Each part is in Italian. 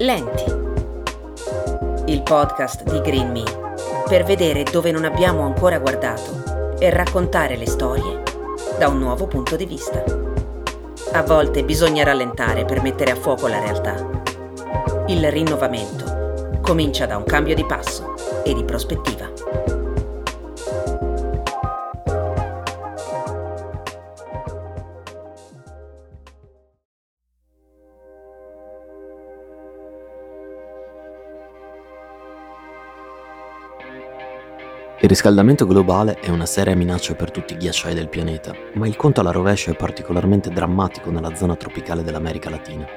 Lenti, il podcast di Green Me, per vedere dove non abbiamo ancora guardato e raccontare le storie da un nuovo punto di vista. A volte bisogna rallentare per mettere a fuoco la realtà. Il rinnovamento comincia da un cambio di passo e di prospettiva. Il riscaldamento globale è una seria minaccia per tutti i ghiacciai del pianeta, ma il conto alla rovescia è particolarmente drammatico nella zona tropicale dell'America Latina.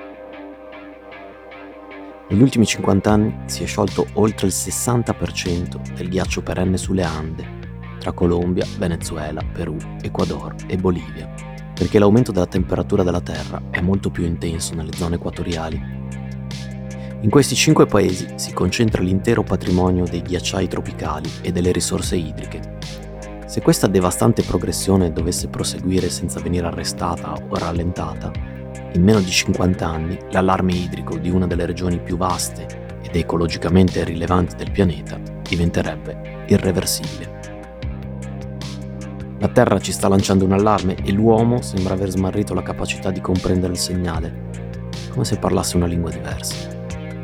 Negli ultimi 50 anni si è sciolto oltre il 60% del ghiaccio perenne sulle Ande, tra Colombia, Venezuela, Perù, Ecuador e Bolivia, perché l'aumento della temperatura della Terra è molto più intenso nelle zone equatoriali. In questi 5 paesi si concentra l'intero patrimonio dei ghiacciai tropicali e delle risorse idriche. Se questa devastante progressione dovesse proseguire senza venire arrestata o rallentata, in meno di 50 anni l'allarme idrico di una delle regioni più vaste ed ecologicamente rilevanti del pianeta diventerebbe irreversibile. La Terra ci sta lanciando un allarme e l'uomo sembra aver smarrito la capacità di comprendere il segnale, come se parlasse una lingua diversa.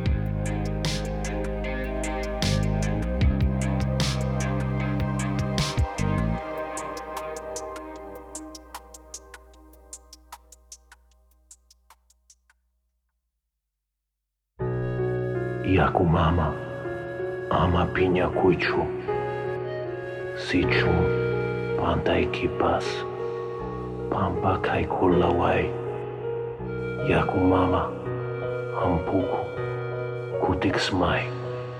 Yaku mama, ama pinya kuichu, sichu, pantai kipas, pampa kai kulawai, yaku mama, ampuku, kutik smai.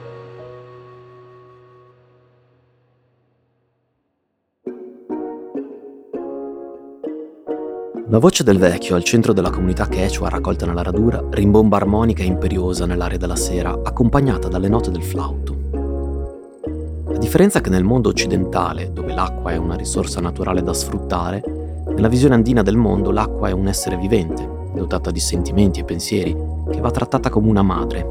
La voce del vecchio al centro della comunità quechua raccolta nella radura rimbomba armonica e imperiosa nell'aria della sera, accompagnata dalle note del flauto. La differenza è che nel mondo occidentale, dove l'acqua è una risorsa naturale da sfruttare, nella visione andina del mondo l'acqua è un essere vivente, dotata di sentimenti e pensieri, che va trattata come una madre.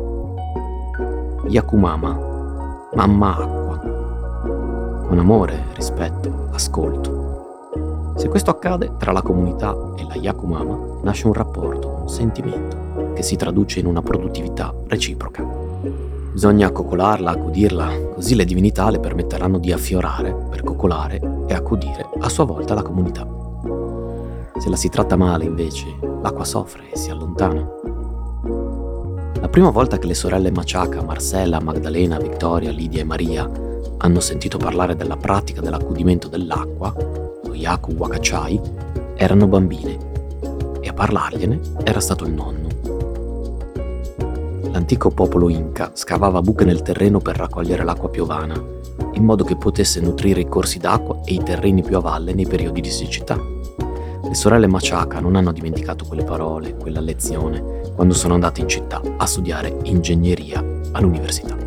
Yakumama, mamma acqua, con amore, rispetto, ascolto. Se questo accade, tra la comunità e la Yakumama nasce un rapporto, un sentimento, che si traduce in una produttività reciproca. Bisogna coccolarla, accudirla, così le divinità le permetteranno di affiorare per coccolare e accudire a sua volta la comunità. Se la si tratta male, invece, l'acqua soffre e si allontana. La prima volta che le sorelle Maciaca, Marcella, Magdalena, Victoria, Lidia e Maria hanno sentito parlare della pratica dell'accudimento dell'acqua, Yaku Wakachai, erano bambine e a parlargliene era stato il nonno. L'antico popolo Inca scavava buche nel terreno per raccogliere l'acqua piovana, in modo che potesse nutrire i corsi d'acqua e i terreni più a valle nei periodi di siccità. Le sorelle Maciaca non hanno dimenticato quelle parole, quella lezione, quando sono andate in città a studiare ingegneria all'università.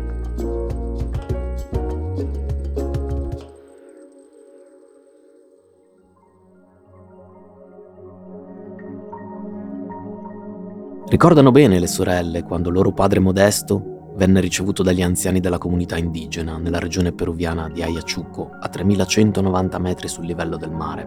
Ricordano bene le sorelle quando loro padre Modesto venne ricevuto dagli anziani della comunità indigena nella regione peruviana di Ayachucho, a 3190 metri sul livello del mare.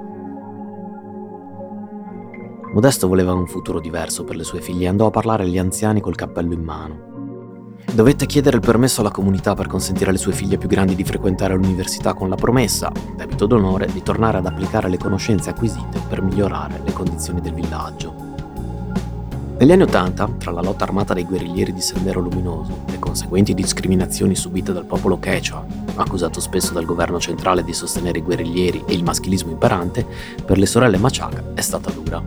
Modesto voleva un futuro diverso per le sue figlie e andò a parlare agli anziani col cappello in mano. Dovette chiedere il permesso alla comunità per consentire alle sue figlie più grandi di frequentare l'università con la promessa, debito d'onore, di tornare ad applicare le conoscenze acquisite per migliorare le condizioni del villaggio. Negli anni '80, tra la lotta armata dei guerriglieri di Sendero Luminoso, le conseguenti discriminazioni subite dal popolo quechua, accusato spesso dal governo centrale di sostenere i guerriglieri e il maschilismo imperante, per le sorelle Maciaca è stata dura.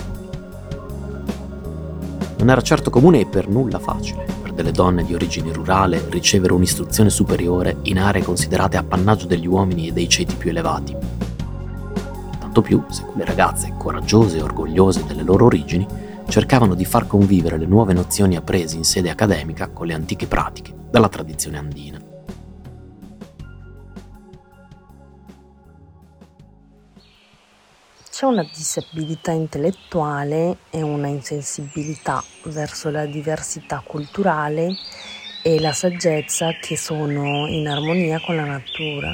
Non era certo comune e per nulla facile per delle donne di origine rurale ricevere un'istruzione superiore in aree considerate appannaggio degli uomini e dei ceti più elevati. Tanto più se quelle ragazze, coraggiose e orgogliose delle loro origini, cercavano di far convivere le nuove nozioni apprese in sede accademica con le antiche pratiche della tradizione andina. C'è una disabilità intellettuale e una insensibilità verso la diversità culturale e la saggezza che sono in armonia con la natura.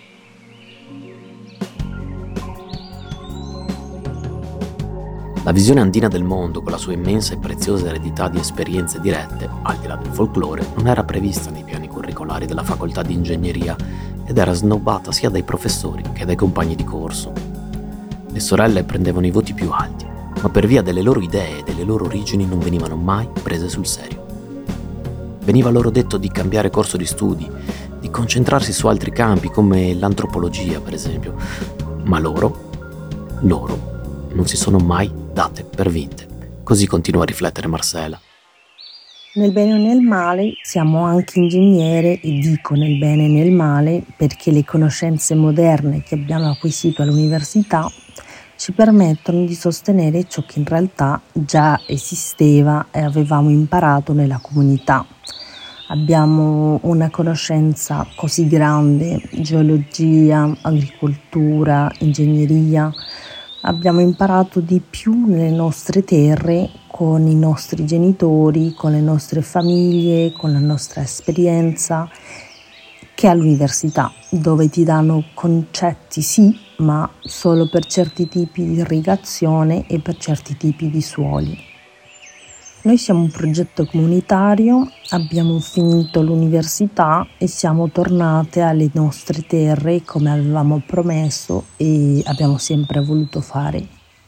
La visione andina del mondo, con la sua immensa e preziosa eredità di esperienze dirette, al di là del folklore, non era prevista nei piani curricolari della facoltà di ingegneria ed era snobbata sia dai professori che dai compagni di corso. Le sorelle prendevano i voti più alti, ma per via delle loro idee e delle loro origini non venivano mai prese sul serio. Veniva loro detto di cambiare corso di studi, di concentrarsi su altri campi come l'antropologia, per esempio, ma loro non si sono mai date per vinte. Così continua a riflettere Marcela. Nel bene o nel male siamo anche ingegnere, e dico nel bene e nel male perché le conoscenze moderne che abbiamo acquisito all'università ci permettono di sostenere ciò che in realtà già esisteva e avevamo imparato nella comunità. Abbiamo una conoscenza così grande, geologia, agricoltura, ingegneria. Abbiamo imparato di più nelle nostre terre, con i nostri genitori, con le nostre famiglie, con la nostra esperienza, che all'università, dove ti danno concetti sì, ma solo per certi tipi di irrigazione e per certi tipi di suoli. Noi siamo un progetto comunitario, abbiamo finito l'università e siamo tornate alle nostre terre come avevamo promesso e abbiamo sempre voluto fare.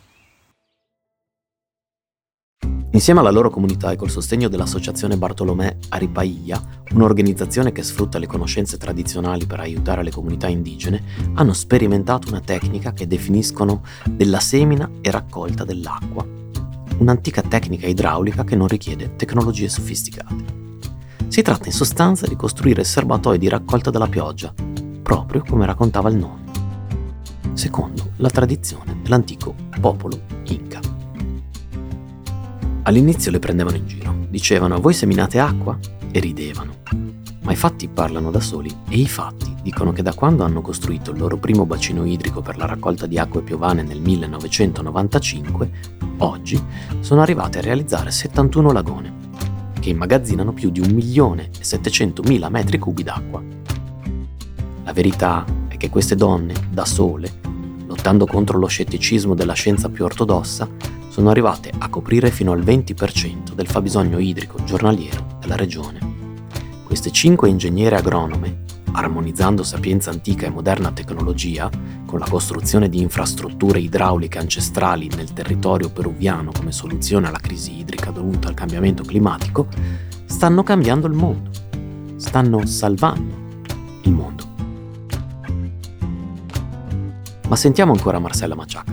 Insieme alla loro comunità e col sostegno dell'associazione Bartolomé Aripaia, un'organizzazione che sfrutta le conoscenze tradizionali per aiutare le comunità indigene, hanno sperimentato una tecnica che definiscono della semina e raccolta dell'acqua. Un'antica tecnica idraulica che non richiede tecnologie sofisticate. Si tratta in sostanza di costruire serbatoi di raccolta della pioggia, proprio come raccontava il nonno, secondo la tradizione dell'antico popolo Inca. All'inizio le prendevano in giro, dicevano «Voi seminate acqua?» e ridevano. Ma i fatti parlano da soli e i fatti dicono che da quando hanno costruito il loro primo bacino idrico per la raccolta di acque piovane nel 1995, oggi sono arrivati a realizzare 71 lagone, che immagazzinano più di 1.700.000 metri cubi d'acqua. La verità è che queste donne, da sole, lottando contro lo scetticismo della scienza più ortodossa, sono arrivate a coprire fino al 20% del fabbisogno idrico giornaliero della regione. Queste 5 ingegnere agronome, armonizzando sapienza antica e moderna tecnologia, con la costruzione di infrastrutture idrauliche ancestrali nel territorio peruviano come soluzione alla crisi idrica dovuta al cambiamento climatico, stanno cambiando il mondo, stanno salvando il mondo. Ma sentiamo ancora Marcela Maciaca.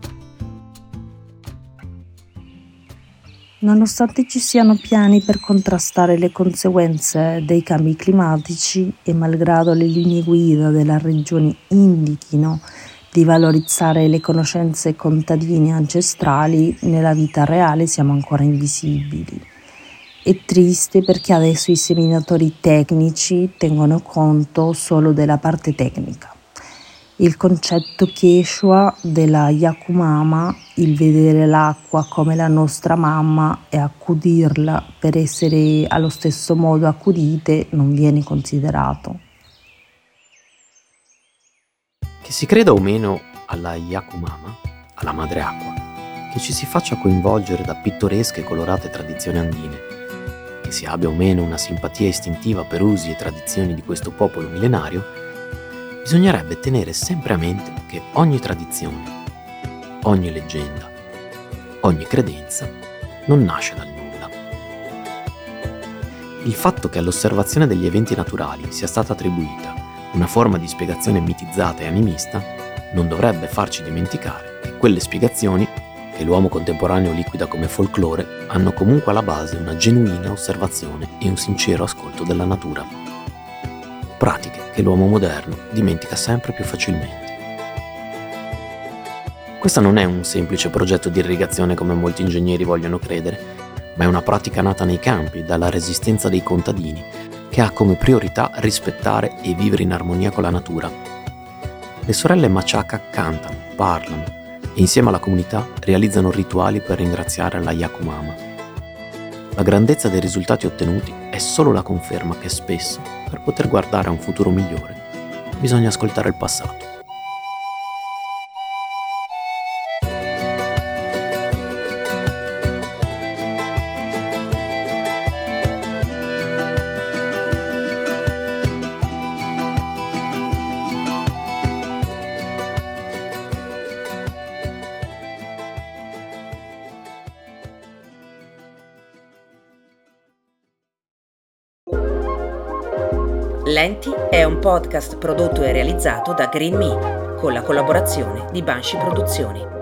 Nonostante ci siano piani per contrastare le conseguenze dei cambi climatici e malgrado le linee guida della regione indichino di valorizzare le conoscenze contadine ancestrali, nella vita reale siamo ancora invisibili. È triste perché adesso i seminatori tecnici tengono conto solo della parte tecnica. Il concetto Quechua della Yakumama, il vedere l'acqua come la nostra mamma e accudirla per essere allo stesso modo accudite, non viene considerato. Che si creda o meno alla Yakumama, alla madre acqua, che ci si faccia coinvolgere da pittoresche e colorate tradizioni andine, che si abbia o meno una simpatia istintiva per usi e tradizioni di questo popolo millenario, bisognerebbe tenere sempre a mente che ogni tradizione, ogni leggenda, ogni credenza non nasce dal nulla. Il fatto che all'osservazione degli eventi naturali sia stata attribuita una forma di spiegazione mitizzata e animista non dovrebbe farci dimenticare che quelle spiegazioni, che l'uomo contemporaneo liquida come folklore, hanno comunque alla base una genuina osservazione e un sincero ascolto della natura. Pratiche che l'uomo moderno dimentica sempre più facilmente. Questo non è un semplice progetto di irrigazione come molti ingegneri vogliono credere, ma è una pratica nata nei campi dalla resistenza dei contadini, che ha come priorità rispettare e vivere in armonia con la natura. Le sorelle Maciaca cantano, parlano, e insieme alla comunità realizzano rituali per ringraziare la Yakumama. La grandezza dei risultati ottenuti è solo la conferma che spesso, per poter guardare a un futuro migliore, bisogna ascoltare il passato. Lenti è un podcast prodotto e realizzato da Green Me, con la collaborazione di Banshee Produzioni.